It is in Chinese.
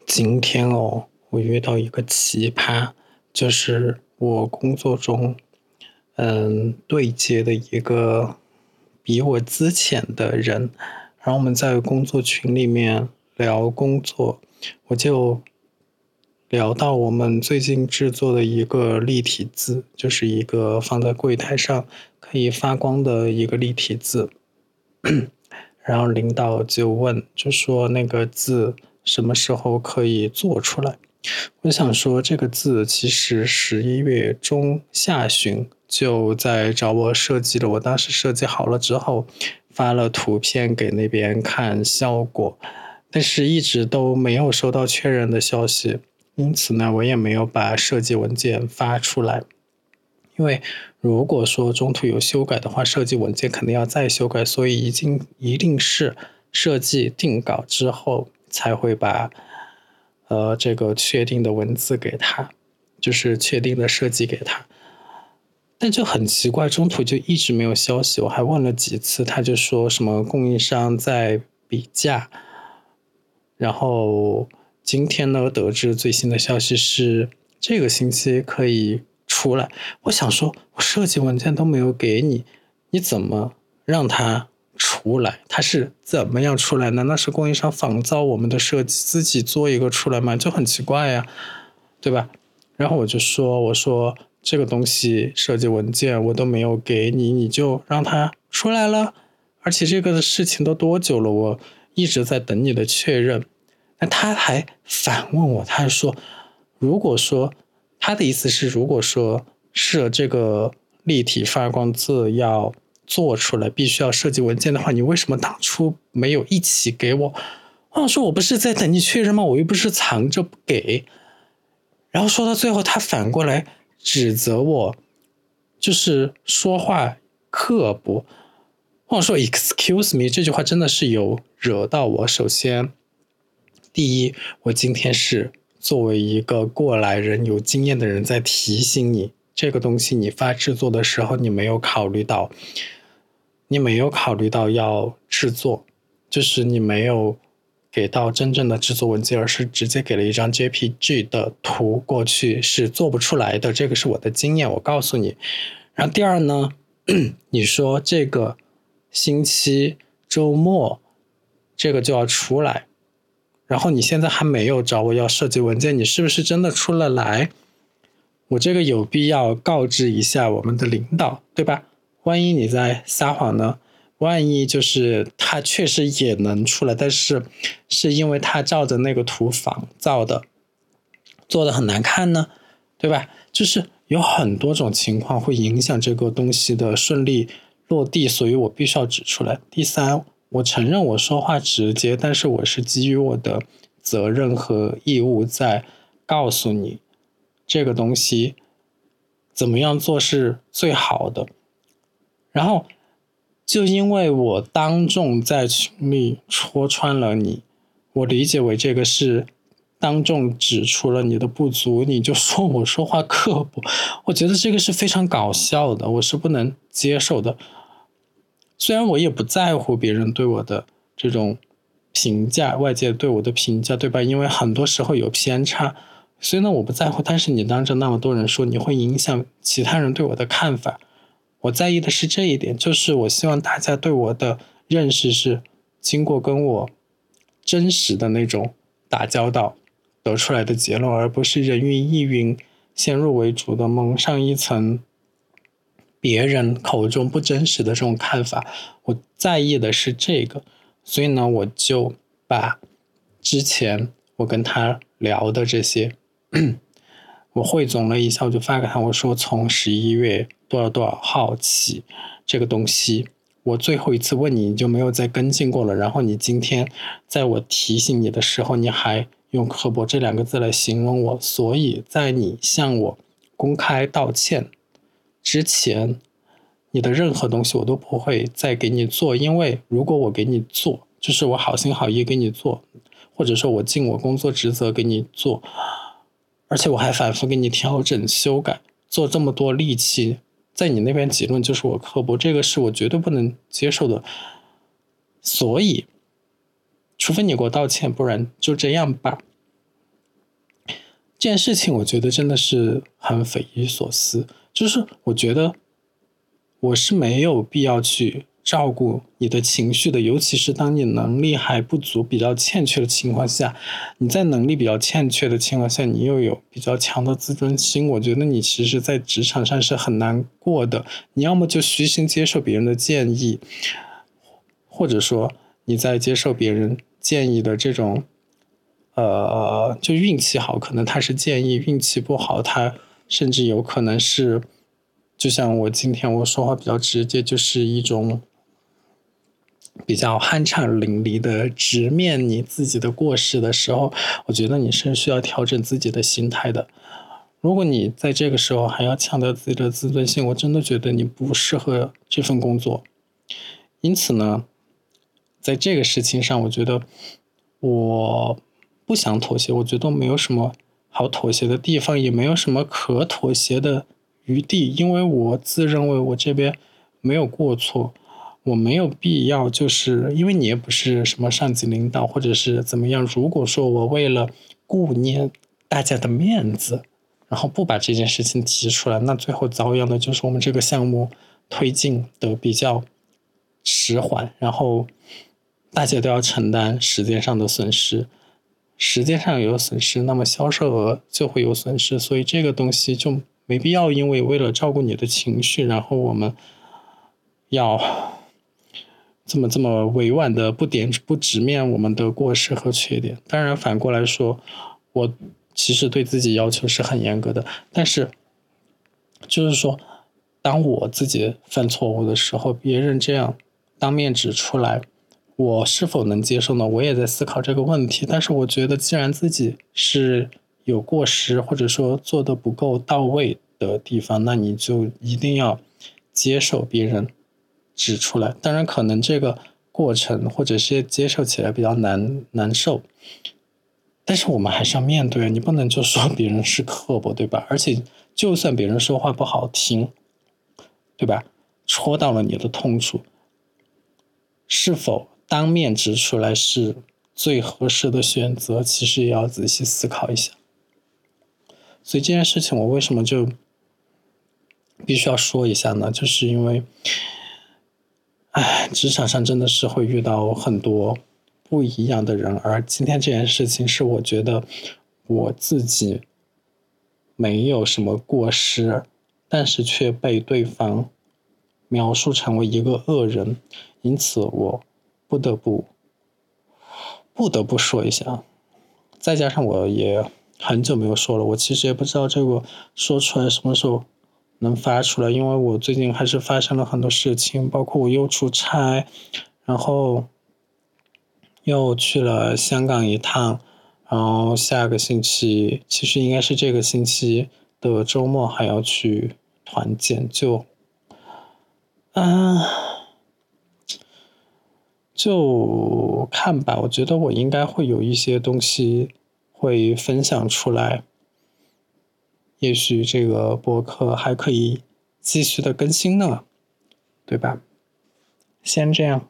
今天我遇到一个奇葩，就是我工作中，对接的一个比我资浅的人，然后我们在工作群里面聊工作，我就聊到我们最近制作的一个立体字，就是一个放在柜台上可以发光的一个立体字。然后领导就问，就说那个字什么时候可以做出来？我想说，这个字其实11月中下旬就在找我设计了，我当时设计好了之后，发了图片给那边看效果，但是一直都没有收到确认的消息，因此呢，我也没有把设计文件发出来。因为如果说中途有修改的话，设计文件肯定要再修改，所以一定是设计定稿之后才会把这个确定的文字给他，就是确定的设计给他。但就很奇怪，中途就一直没有消息，我还问了几次，他就说什么供应商在比价。然后今天呢，得知最新的消息是这个星期可以出来。我想说，我设计文件都没有给你，你怎么让它出来？它是怎么样出来？难道是供应商仿造我们的设计，自己做一个出来吗？就很奇怪呀，对吧？然后我就说，我说这个东西设计文件我都没有给你，你就让它出来了？而且这个事情都多久了？我一直在等你的确认。那他还反问我，他说，如果说他的意思是，如果说是这个立体发光字要做出来，必须要设计文件的话，你为什么当初没有一起给我？我想说，我不是在等你确认吗？我又不是藏着不给。然后说到最后，他反过来指责我，就是说话刻薄。我想说 ，excuse me，这句话真的是有惹到我。首先，第一，我今天是作为一个过来人、有经验的人在提醒你，这个东西你发制作的时候，你没有考虑到要制作，就是你没有给到真正的制作文件，而是直接给了一张 JPG 的图过去，是做不出来的。这个是我的经验，我告诉你。然后第二呢，你说这个星期周末这个就要出来，然后你现在还没有找我要设计文件，你是不是真的出了来？我这个有必要告知一下我们的领导，对吧？万一你在撒谎呢？万一就是他确实也能出来，但是是因为他照着那个图仿造的，做的很难看呢，对吧？就是有很多种情况会影响这个东西的顺利落地，所以我必须要指出来。第三，我承认我说话直接，但是我是基于我的责任和义务在告诉你这个东西怎么样做是最好的。然后就因为我当众在群里戳穿了你，我理解为这个是当众指出了你的不足，你就说我说话刻薄，我觉得这个是非常搞笑的，我是不能接受的。虽然我也不在乎别人对我的这种评价，外界对我的评价，对吧？因为很多时候有偏差，所以呢我不在乎。但是你当着那么多人说，你会影响其他人对我的看法。我在意的是这一点，就是我希望大家对我的认识是经过跟我真实的那种打交道得出来的结论，而不是人云亦云、先入为主的蒙上一层别人口中不真实的这种看法。我在意的是这个，所以呢，我就把之前我跟他聊的这些我汇总了一下，我就发给他，我说从11月多少多少号起，这个东西我最后一次问你，你就没有再跟进过了。然后你今天在我提醒你的时候，你还用刻薄这2个字来形容我，所以在你向我公开道歉之前，你的任何东西我都不会再给你做，因为如果我给你做，就是我好心好意给你做，或者说我尽我工作职责给你做，而且我还反复给你调整修改，做这么多力气，在你那边结论就是我刻薄，这个是我绝对不能接受的。所以除非你给我道歉，不然就这样吧。 这件事情我觉得真的是很匪夷所思，就是我觉得我是没有必要去照顾你的情绪的，尤其是当你能力还不足、比较欠缺的情况下，你在能力比较欠缺的情况下，你又有比较强的自尊心，我觉得你其实在职场上是很难过的。你要么就虚心接受别人的建议，或者说你在接受别人建议的这种就运气好，可能他是建议；运气不好，他甚至有可能是，就像我今天我说话比较直接，就是一种比较酣畅淋漓的直面你自己的过失的时候，我觉得你是需要调整自己的心态的。如果你在这个时候还要强调自己的自尊心，我真的觉得你不适合这份工作。因此呢，在这个事情上，我觉得我不想妥协，我觉得没有什么好妥协的地方，也没有什么可妥协的余地，因为我自认为我这边没有过错，我没有必要，就是因为你也不是什么上级领导或者是怎么样，如果说我为了顾念大家的面子，然后不把这件事情提出来，那最后遭殃的就是我们这个项目推进的比较迟缓，然后大家都要承担时间上的损失，时间上有损失，那么销售额就会有损失，所以这个东西就没必要因为了照顾你的情绪，然后我们要这么委婉的不直面我们的过失和缺点。当然反过来说，我其实对自己要求是很严格的，但是就是说当我自己犯错误的时候，别人这样当面指出来，我是否能接受呢？我也在思考这个问题，但是我觉得既然自己是有过失或者说做的不够到位的地方，那你就一定要接受别人指出来。当然可能这个过程或者是接受起来比较难受，但是我们还是要面对，你不能就说别人是刻薄，对吧？而且就算别人说话不好听，对吧？戳到了你的痛处，是否当面指出来是最合适的选择，其实也要仔细思考一下。所以这件事情我为什么就必须要说一下呢？就是因为职场上真的是会遇到很多不一样的人，而今天这件事情是我觉得我自己没有什么过失，但是却被对方描述成为一个恶人，因此我不得不说一下。再加上我也很久没有说了，我其实也不知道这个说出来什么时候能发出来，因为我最近还是发生了很多事情，包括我又出差，然后又去了香港一趟，然后下个星期其实应该是这个星期的周末还要去团建，就看吧，我觉得我应该会有一些东西会分享出来，也许这个播客还可以继续的更新呢，对吧？先这样。